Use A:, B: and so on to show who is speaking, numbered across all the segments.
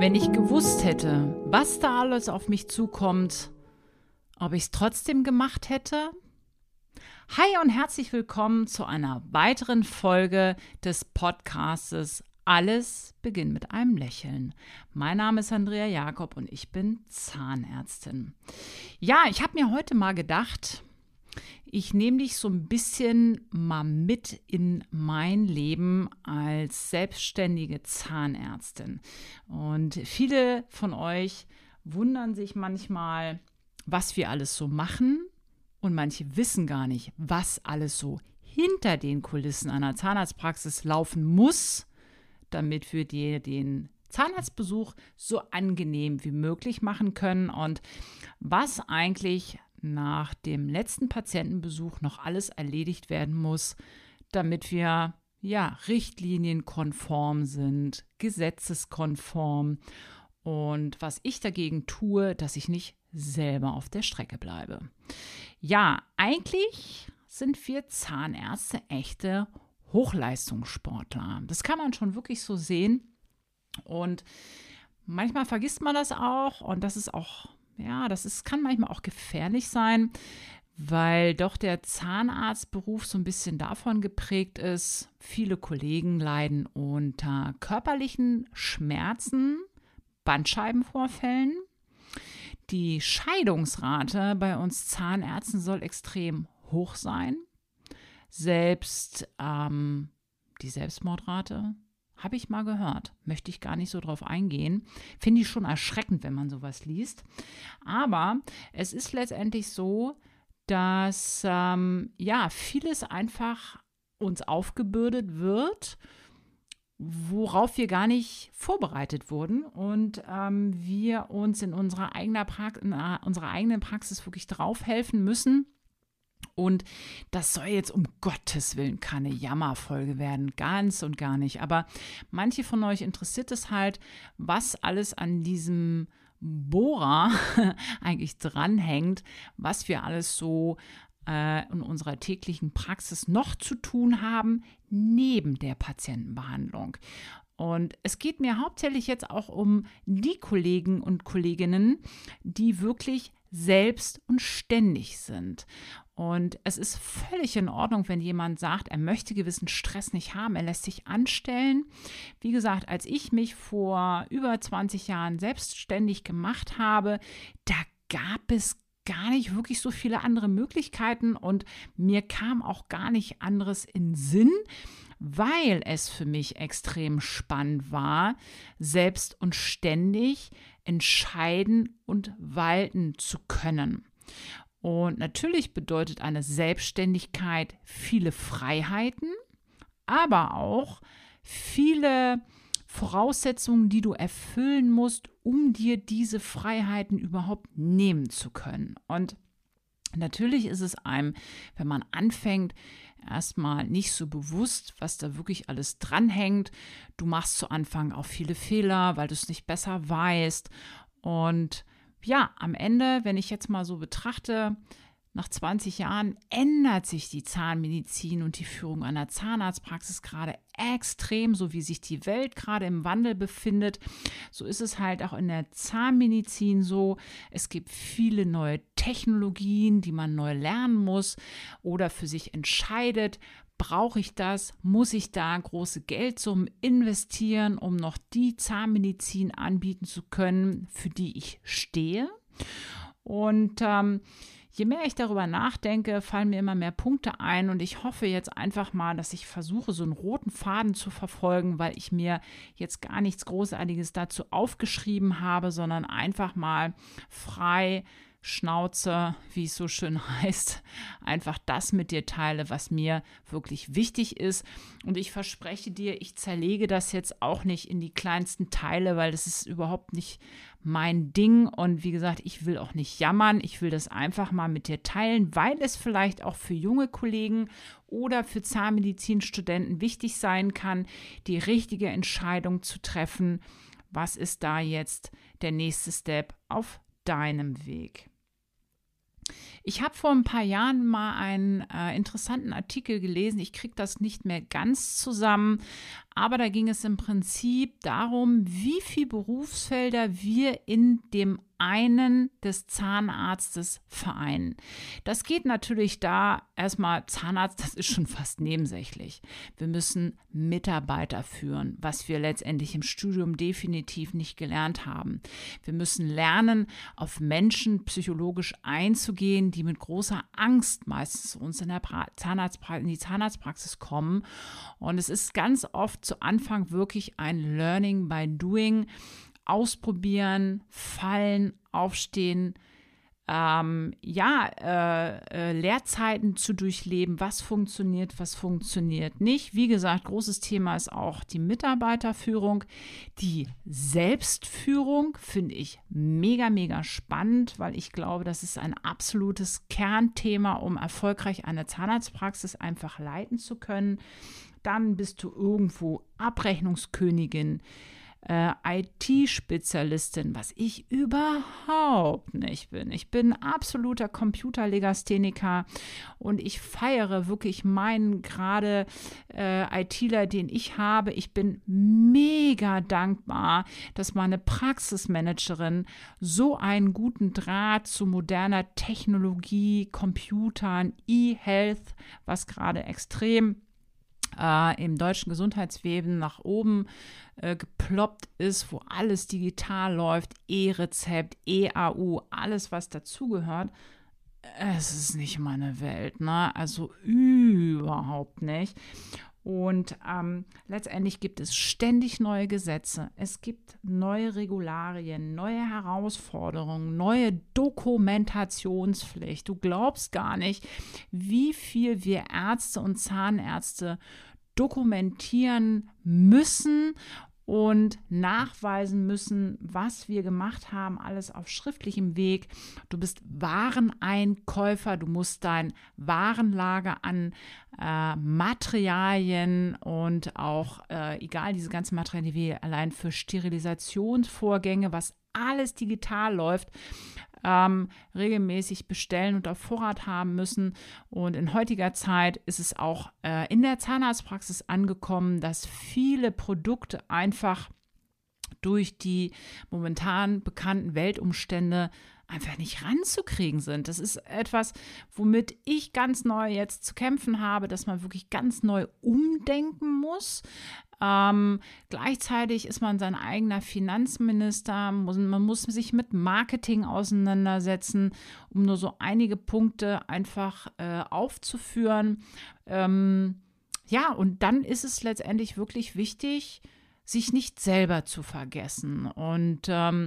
A: Wenn ich gewusst hätte, was da alles auf mich zukommt, ob ich es trotzdem gemacht hätte? Hi und herzlich willkommen zu einer weiteren Folge des Podcastes Alles beginnt mit einem Lächeln. Mein Name ist Andrea Jakob und ich bin Zahnärztin. Ja, ich habe mir heute mal gedacht, ich nehme dich so ein bisschen mal mit in mein Leben als selbstständige Zahnärztin. Und viele von euch wundern sich manchmal, was wir alles so machen. Und manche wissen gar nicht, was alles so hinter den Kulissen einer Zahnarztpraxis laufen muss, damit wir dir den Zahnarztbesuch so angenehm wie möglich machen können und was eigentlich nach dem letzten Patientenbesuch noch alles erledigt werden muss, damit wir richtlinienkonform sind, gesetzeskonform und was ich dagegen tue, dass ich nicht selber auf der Strecke bleibe. Ja, eigentlich sind wir Zahnärzte echte Hochleistungssportler. Das kann man schon wirklich so sehen und manchmal vergisst man das auch und kann manchmal auch gefährlich sein, weil doch der Zahnarztberuf so ein bisschen davon geprägt ist. Viele Kollegen leiden unter körperlichen Schmerzen, Bandscheibenvorfällen. Die Scheidungsrate bei uns Zahnärzten soll extrem hoch sein. Selbst die Selbstmordrate habe ich mal gehört. Möchte ich gar nicht so drauf eingehen. Finde ich schon erschreckend, wenn man sowas liest. Aber es ist letztendlich so, dass vieles einfach uns aufgebürdet wird, worauf wir gar nicht vorbereitet wurden und wir uns in unserer eigenen Praxis wirklich drauf helfen müssen. Und das soll jetzt um Gottes Willen keine Jammerfolge werden, ganz und gar nicht. Aber manche von euch interessiert es halt, was alles an diesem Bohrer eigentlich dranhängt, was wir alles so in unserer täglichen Praxis noch zu tun haben, neben der Patientenbehandlung. Und es geht mir hauptsächlich jetzt auch um die Kollegen und Kolleginnen, die wirklich selbst und ständig sind. Und es ist völlig in Ordnung, wenn jemand sagt, er möchte gewissen Stress nicht haben, er lässt sich anstellen. Wie gesagt, als ich mich vor über 20 Jahren selbstständig gemacht habe, da gab es gar nicht wirklich so viele andere Möglichkeiten und mir kam auch gar nicht anderes in Sinn, weil es für mich extrem spannend war, selbst und ständig entscheiden und walten zu können. Und natürlich bedeutet eine Selbstständigkeit viele Freiheiten, aber auch viele Voraussetzungen, die du erfüllen musst, um dir diese Freiheiten überhaupt nehmen zu können. Und natürlich ist es einem, wenn man anfängt, erstmal nicht so bewusst, was da wirklich alles dranhängt. Du machst zu Anfang auch viele Fehler, weil du es nicht besser weißt. Und ja, am Ende, wenn ich jetzt mal so betrachte, nach 20 Jahren ändert sich die Zahnmedizin und die Führung einer Zahnarztpraxis gerade extrem, so wie sich die Welt gerade im Wandel befindet. So ist es halt auch in der Zahnmedizin so. Es gibt viele neue Technologien, die man neu lernen muss oder für sich entscheidet. Brauche ich das? Muss ich da große Geldsummen investieren, um noch die Zahnmedizin anbieten zu können, für die ich stehe? Und je mehr ich darüber nachdenke, fallen mir immer mehr Punkte ein und ich hoffe jetzt einfach mal, dass ich versuche, so einen roten Faden zu verfolgen, weil ich mir jetzt gar nichts Großartiges dazu aufgeschrieben habe, sondern einfach mal frei Schnauze, wie es so schön heißt, einfach das mit dir teile, was mir wirklich wichtig ist. Und ich verspreche dir, ich zerlege das jetzt auch nicht in die kleinsten Teile, weil das ist überhaupt nicht mein Ding. Und wie gesagt, ich will auch nicht jammern. Ich will das einfach mal mit dir teilen, weil es vielleicht auch für junge Kollegen oder für Zahnmedizinstudenten wichtig sein kann, die richtige Entscheidung zu treffen. Was ist da jetzt der nächste Step auf deinem Weg? Ich habe vor ein paar Jahren mal einen interessanten Artikel gelesen. Ich kriege das nicht mehr ganz zusammen, aber da ging es im Prinzip darum, wie viele Berufsfelder wir in dem einen des Zahnarztes vereinen. Das geht natürlich da erstmal, Zahnarzt, das ist schon fast nebensächlich. Wir müssen Mitarbeiter führen, was wir letztendlich im Studium definitiv nicht gelernt haben. Wir müssen lernen, auf Menschen psychologisch einzugehen, die mit großer Angst meistens uns in die Zahnarztpraxis kommen. Und es ist ganz oft zu Anfang wirklich ein Learning by Doing. Ausprobieren, fallen, aufstehen, Lehrzeiten zu durchleben, was funktioniert nicht. Wie gesagt, großes Thema ist auch die Mitarbeiterführung. Die Selbstführung finde ich mega, mega spannend, weil ich glaube, das ist ein absolutes Kernthema, um erfolgreich eine Zahnarztpraxis einfach leiten zu können. Dann bist du irgendwo Abrechnungskönigin, IT-Spezialistin, was ich überhaupt nicht bin. Ich bin absoluter Computerlegastheniker und ich feiere wirklich meinen gerade ITler, den ich habe. Ich bin mega dankbar, dass meine Praxismanagerin so einen guten Draht zu moderner Technologie, Computern, E-Health, was gerade extrem im deutschen Gesundheitswesen nach oben geploppt ist, wo alles digital läuft, E-Rezept, E-AU, alles, was dazugehört. Es ist nicht meine Welt, ne? Also überhaupt nicht. Und letztendlich gibt es ständig neue Gesetze, es gibt neue Regularien, neue Herausforderungen, neue Dokumentationspflicht. Du glaubst gar nicht, wie viel wir Ärzte und Zahnärzte dokumentieren müssen und nachweisen müssen, was wir gemacht haben, alles auf schriftlichem Weg. Du bist Wareneinkäufer, du musst dein Warenlager an Materialien und auch, egal, diese ganzen Materialien, die wir allein für Sterilisationsvorgänge, was alles digital läuft, regelmäßig bestellen und auf Vorrat haben müssen. Und in heutiger Zeit ist es auch in der Zahnarztpraxis angekommen, dass viele Produkte einfach durch die momentan bekannten Weltumstände einfach nicht ranzukriegen sind. Das ist etwas, womit ich ganz neu jetzt zu kämpfen habe, dass man wirklich ganz neu umdenken muss. Gleichzeitig ist man sein eigener Finanzminister, man muss sich mit Marketing auseinandersetzen, um nur so einige Punkte einfach aufzuführen. Und dann ist es letztendlich wirklich wichtig, sich nicht selber zu vergessen. Und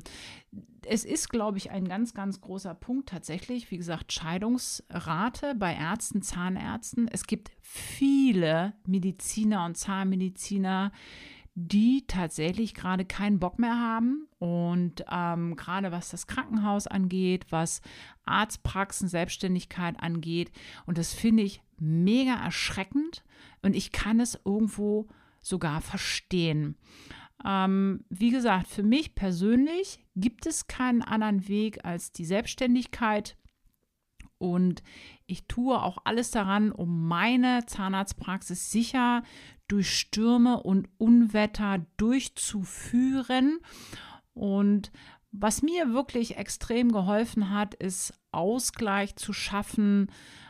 A: es ist, glaube ich, ein ganz, ganz großer Punkt tatsächlich, wie gesagt, Scheidungsrate bei Ärzten, Zahnärzten. Es gibt viele Mediziner und Zahnmediziner, die tatsächlich gerade keinen Bock mehr haben. Und gerade was das Krankenhaus angeht, was Arztpraxen, Selbstständigkeit angeht. Und das finde ich mega erschreckend. Und ich kann es irgendwo sogar verstehen. Wie gesagt, für mich persönlich gibt es keinen anderen Weg als die Selbstständigkeit und ich tue auch alles daran, um meine Zahnarztpraxis sicher durch Stürme und Unwetter durchzuführen. Und was mir wirklich extrem geholfen hat, ist Ausgleich zu schaffen,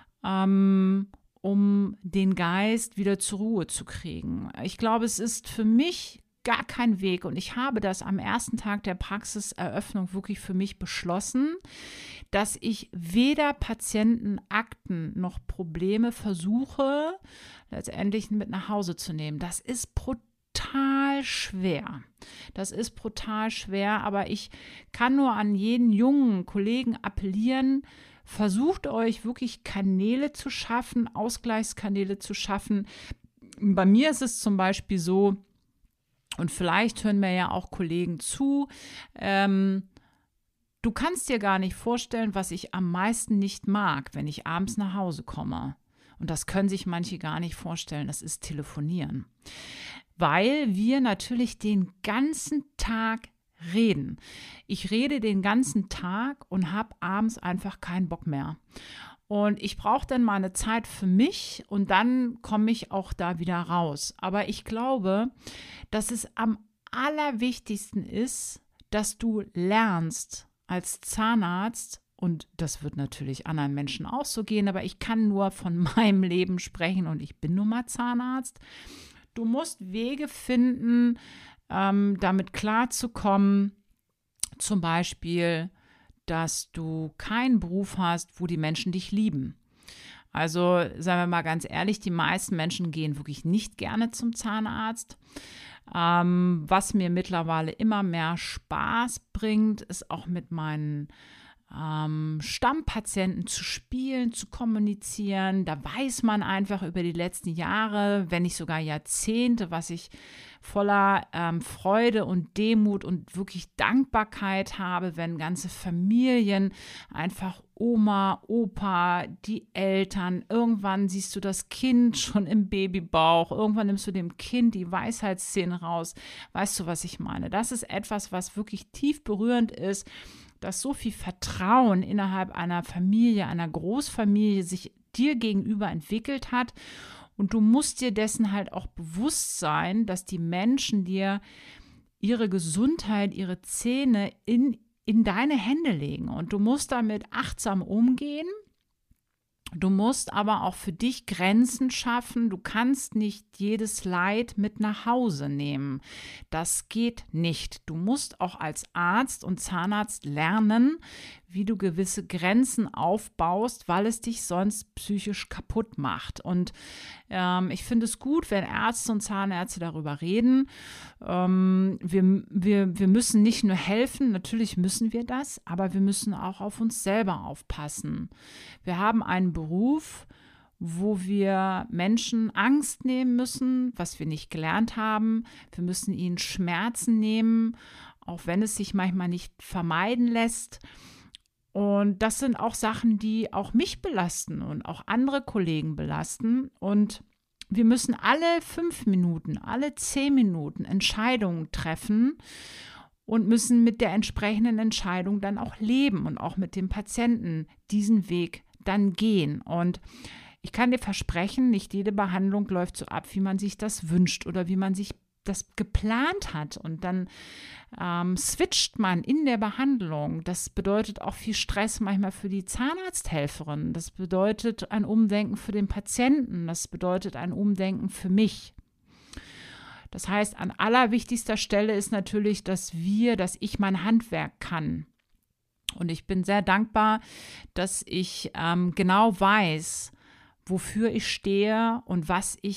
A: um den Geist wieder zur Ruhe zu kriegen. Ich glaube, es ist für mich gar kein Weg und ich habe das am ersten Tag der Praxiseröffnung wirklich für mich beschlossen, dass ich weder Patientenakten noch Probleme versuche, letztendlich mit nach Hause zu nehmen. Das ist brutal schwer. Aber ich kann nur an jeden jungen Kollegen appellieren, versucht euch wirklich Kanäle zu schaffen, Ausgleichskanäle zu schaffen. Bei mir ist es zum Beispiel so, und vielleicht hören mir ja auch Kollegen zu, du kannst dir gar nicht vorstellen, was ich am meisten nicht mag, wenn ich abends nach Hause komme. Und das können sich manche gar nicht vorstellen, das ist Telefonieren. Weil wir natürlich den ganzen Tag reden. Ich rede den ganzen Tag und habe abends einfach keinen Bock mehr. Und ich brauche dann mal eine Zeit für mich und dann komme ich auch da wieder raus. Aber ich glaube, dass es am allerwichtigsten ist, dass du lernst als Zahnarzt, und das wird natürlich anderen Menschen auch so gehen, aber ich kann nur von meinem Leben sprechen und ich bin nun mal Zahnarzt. Du musst Wege finden, damit klarzukommen, zum Beispiel, dass du keinen Beruf hast, wo die Menschen dich lieben. Also, sagen wir mal ganz ehrlich, die meisten Menschen gehen wirklich nicht gerne zum Zahnarzt. Was mir mittlerweile immer mehr Spaß bringt, ist auch mit meinen Stammpatienten zu spielen, zu kommunizieren. Da weiß man einfach über die letzten Jahre, wenn nicht sogar Jahrzehnte, was ich voller Freude und Demut und wirklich Dankbarkeit habe, wenn ganze Familien einfach Oma, Opa, die Eltern, irgendwann siehst du das Kind schon im Babybauch, irgendwann nimmst du dem Kind die Weisheitszähne raus. Weißt du, was ich meine? Das ist etwas, was wirklich tief berührend ist, dass so viel Vertrauen innerhalb einer Familie, einer Großfamilie sich dir gegenüber entwickelt hat. Und du musst dir dessen halt auch bewusst sein, dass die Menschen dir ihre Gesundheit, ihre Zähne in deine Hände legen. Und du musst damit achtsam umgehen. Du musst aber auch für dich Grenzen schaffen. Du kannst nicht jedes Leid mit nach Hause nehmen. Das geht nicht. Du musst auch als Arzt und Zahnarzt lernen, wie du gewisse Grenzen aufbaust, weil es dich sonst psychisch kaputt macht. Und ich finde es gut, wenn Ärzte und Zahnärzte darüber reden. Wir müssen nicht nur helfen, natürlich müssen wir das, aber wir müssen auch auf uns selber aufpassen. Wir haben einen Beruf, wo wir Menschen Angst nehmen müssen, was wir nicht gelernt haben. Wir müssen ihnen Schmerzen nehmen, auch wenn es sich manchmal nicht vermeiden lässt. Und das sind auch Sachen, die auch mich belasten und auch andere Kollegen belasten. Und wir müssen alle 5 Minuten, alle 10 Minuten Entscheidungen treffen und müssen mit der entsprechenden Entscheidung dann auch leben und auch mit dem Patienten diesen Weg dann gehen. Und ich kann dir versprechen, nicht jede Behandlung läuft so ab, wie man sich das wünscht oder wie man sich das geplant hat. Und dann switcht man in der Behandlung. Das bedeutet auch viel Stress manchmal für die Zahnarzthelferin. Das bedeutet ein Umdenken für den Patienten. Das bedeutet ein Umdenken für mich. Das heißt, an allerwichtigster Stelle ist natürlich, dass ich mein Handwerk kann. Und ich bin sehr dankbar, dass ich genau weiß, wofür ich stehe und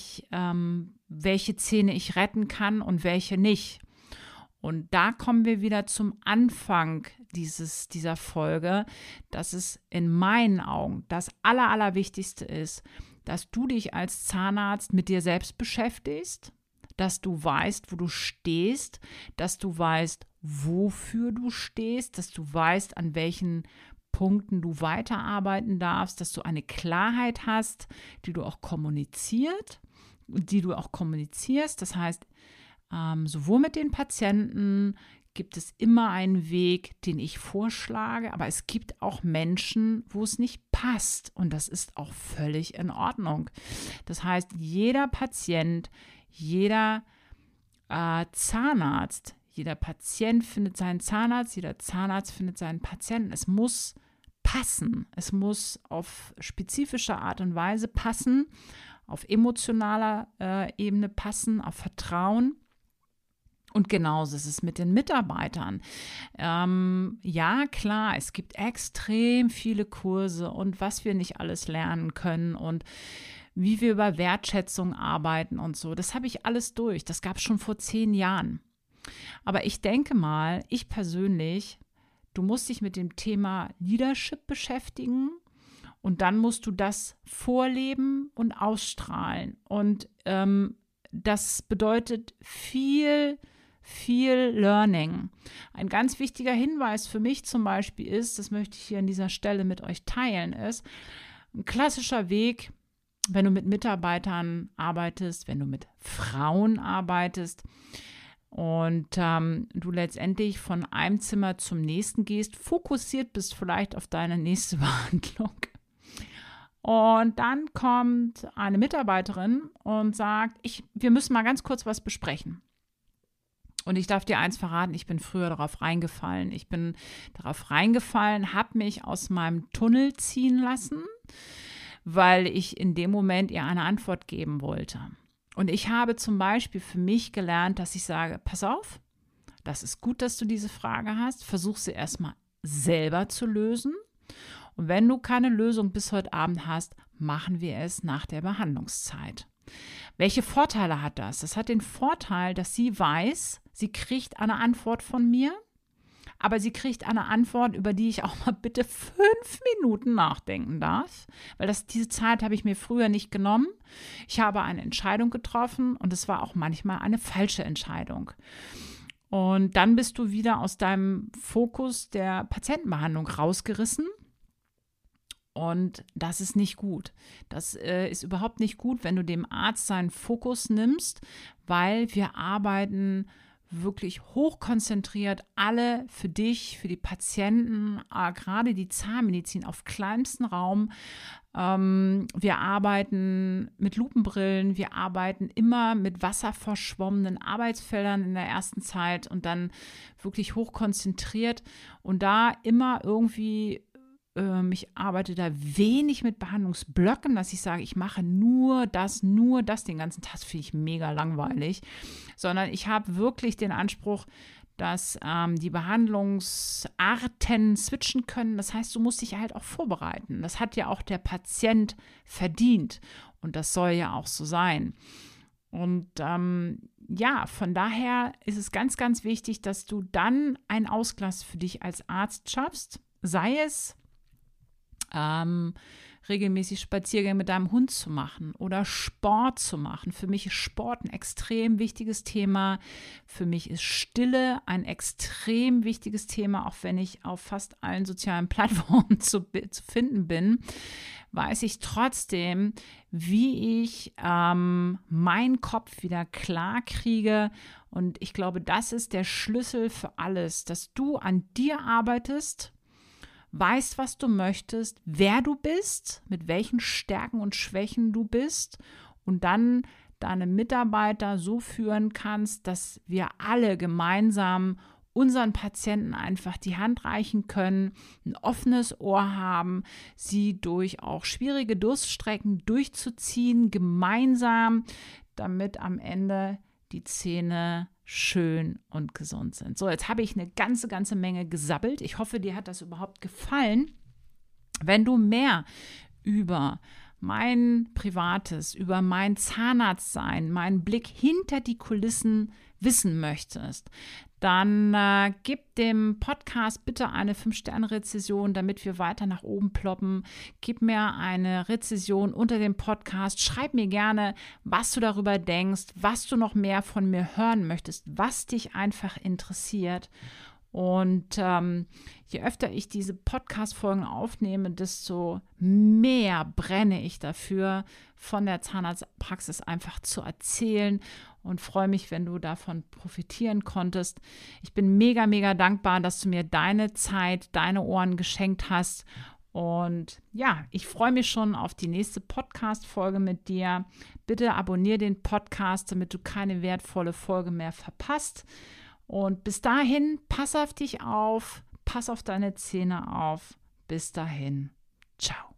A: welche Zähne ich retten kann und welche nicht. Und da kommen wir wieder zum Anfang dieser Folge, dass es in meinen Augen das Allerwichtigste ist, dass du dich als Zahnarzt mit dir selbst beschäftigst, dass du weißt, wo du stehst, dass du weißt, wofür du stehst, dass du weißt, an welchen Punkten du weiterarbeiten darfst, dass du eine Klarheit hast, die du auch kommunizierst. Das heißt, sowohl mit den Patienten gibt es immer einen Weg, den ich vorschlage, aber es gibt auch Menschen, wo es nicht passt und das ist auch völlig in Ordnung. Das heißt, jeder Patient, jeder Zahnarzt, jeder Patient findet seinen Zahnarzt, jeder Zahnarzt findet seinen Patienten. Es muss passen. Es muss auf spezifische Art und Weise passen, auf emotionaler Ebene passen, auf Vertrauen. Und genauso ist es mit den Mitarbeitern. Ja, klar, es gibt extrem viele Kurse und was wir nicht alles lernen können und wie wir über Wertschätzung arbeiten und so. Das habe ich alles durch. Das gab es schon vor 10 Jahren. Aber ich denke mal, ich persönlich, du musst dich mit dem Thema Leadership beschäftigen und dann musst du das vorleben und ausstrahlen. Und das bedeutet viel Learning. Ein ganz wichtiger Hinweis für mich zum Beispiel ist, das möchte ich hier an dieser Stelle mit euch teilen, ist ein klassischer Weg, wenn du mit Mitarbeitern arbeitest, wenn du mit Frauen arbeitest, und du letztendlich von einem Zimmer zum nächsten gehst, fokussiert bist vielleicht auf deine nächste Behandlung. Und dann kommt eine Mitarbeiterin und sagt, wir müssen mal ganz kurz was besprechen. Und ich darf dir eins verraten, ich bin früher darauf reingefallen. Habe mich aus meinem Tunnel ziehen lassen, weil ich in dem Moment ihr eine Antwort geben wollte. Und ich habe zum Beispiel für mich gelernt, dass ich sage, pass auf, das ist gut, dass du diese Frage hast. Versuch sie erstmal selber zu lösen. Und wenn du keine Lösung bis heute Abend hast, machen wir es nach der Behandlungszeit. Welche Vorteile hat das? Das hat den Vorteil, dass sie weiß, sie kriegt eine Antwort von mir, aber sie kriegt eine Antwort, über die ich auch mal bitte 5 Minuten nachdenken darf, weil diese Zeit habe ich mir früher nicht genommen. Ich habe eine Entscheidung getroffen und es war auch manchmal eine falsche Entscheidung. Und dann bist du wieder aus deinem Fokus der Patientenbehandlung rausgerissen. Und das ist nicht gut. Das ist überhaupt nicht gut, wenn du dem Arzt seinen Fokus nimmst, weil wir arbeiten wirklich hochkonzentriert, alle für dich, für die Patienten, gerade die Zahnmedizin auf kleinstem Raum. Wir arbeiten mit Lupenbrillen, wir arbeiten immer mit wasserverschwommenen Arbeitsfeldern in der ersten Zeit und dann wirklich hochkonzentriert und da immer irgendwie ich arbeite da wenig mit Behandlungsblöcken, dass ich sage, ich mache nur das den ganzen Tag, finde ich mega langweilig, sondern ich habe wirklich den Anspruch, dass die Behandlungsarten switchen können. Das heißt, du musst dich halt auch vorbereiten. Das hat ja auch der Patient verdient und das soll ja auch so sein. Und von daher ist es ganz, ganz wichtig, dass du dann einen Ausgleich für dich als Arzt schaffst, sei es regelmäßig Spaziergänge mit deinem Hund zu machen oder Sport zu machen. Für mich ist Sport ein extrem wichtiges Thema. Für mich ist Stille ein extrem wichtiges Thema, auch wenn ich auf fast allen sozialen Plattformen zu finden bin, weiß ich trotzdem, wie ich meinen Kopf wieder klar kriege. Und ich glaube, das ist der Schlüssel für alles, dass du an dir arbeitest, weißt, was du möchtest, wer du bist, mit welchen Stärken und Schwächen du bist und dann deine Mitarbeiter so führen kannst, dass wir alle gemeinsam unseren Patienten einfach die Hand reichen können, ein offenes Ohr haben, sie durch auch schwierige Durststrecken durchzuziehen, gemeinsam, damit am Ende die Zähne schön und gesund sind. So, jetzt habe ich eine ganze Menge gesabbelt. Ich hoffe, dir hat das überhaupt gefallen. Wenn du mehr über mein Privates, über mein Zahnarztsein, meinen Blick hinter die Kulissen wissen möchtest, dann gib dem Podcast bitte eine 5-Sterne-Rezession, damit wir weiter nach oben ploppen. Gib mir eine Rezession unter dem Podcast. Schreib mir gerne, was du darüber denkst, was du noch mehr von mir hören möchtest, was dich einfach interessiert. Und je öfter ich diese Podcast-Folgen aufnehme, desto mehr brenne ich dafür, von der Zahnarztpraxis einfach zu erzählen und freue mich, wenn du davon profitieren konntest. Ich bin mega dankbar, dass du mir deine Zeit, deine Ohren geschenkt hast. Und ja, ich freue mich schon auf die nächste Podcast-Folge mit dir. Bitte abonniere den Podcast, damit du keine wertvolle Folge mehr verpasst. Und bis dahin, pass auf dich auf, pass auf deine Zähne auf. Bis dahin, ciao.